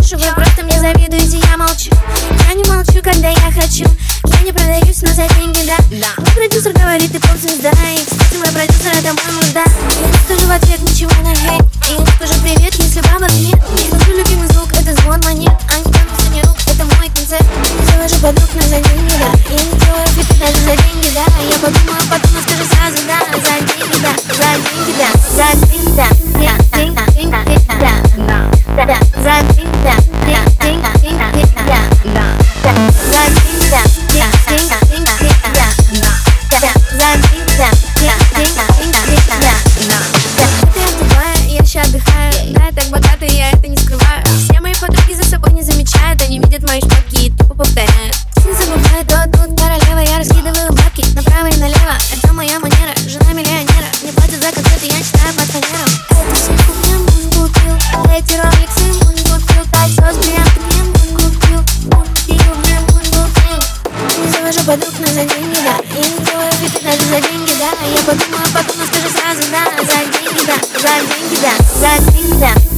что вы просто мне завидуете, я молчу. Я не молчу, когда я хочу. Я не продаюсь, но за деньги, да. Мой продюсер говорит, ты поп-звезда. И, кстати, мой продюсер — это мой мужда. Я не скажу в ответ ничего на хейт. И я не скажу привет, если бабок нет. Я скажу любимый звук — это звон монет. А не танцевание рук — это мой концерт. Не завожу подруг, но за деньги, да. Я не делаю фиты даже за деньги, да. Я подумаю потом, но скажу сразу, да. За деньги, да. За деньги, да. За деньги, да. Деньги, да. Да. За деньги, да. Деньги, да. За деньги, да. Я ща отдыхаю, да, я так богата, я это не скрываю. Все мои подруги за собой не замечают. Они видят мои шпаки и тупо повторяют. Не забывай, то тут королева. Я раскидываю бабки направо и налево. Это моя манера, жена миллионера. Мне платят за концерты, я читаю под фанером. Эту сумку мне муж купил, эти роликсы муж купил, кольцо с бриллиантом мне муж купил, мне муж купил. Не завожу подруг, но за деньги, да. Я не делаю фиты даже за деньги, да. Я подумаю потом, но скажу сразу, да. За деньги, да. За деньги, да. За деньги, да.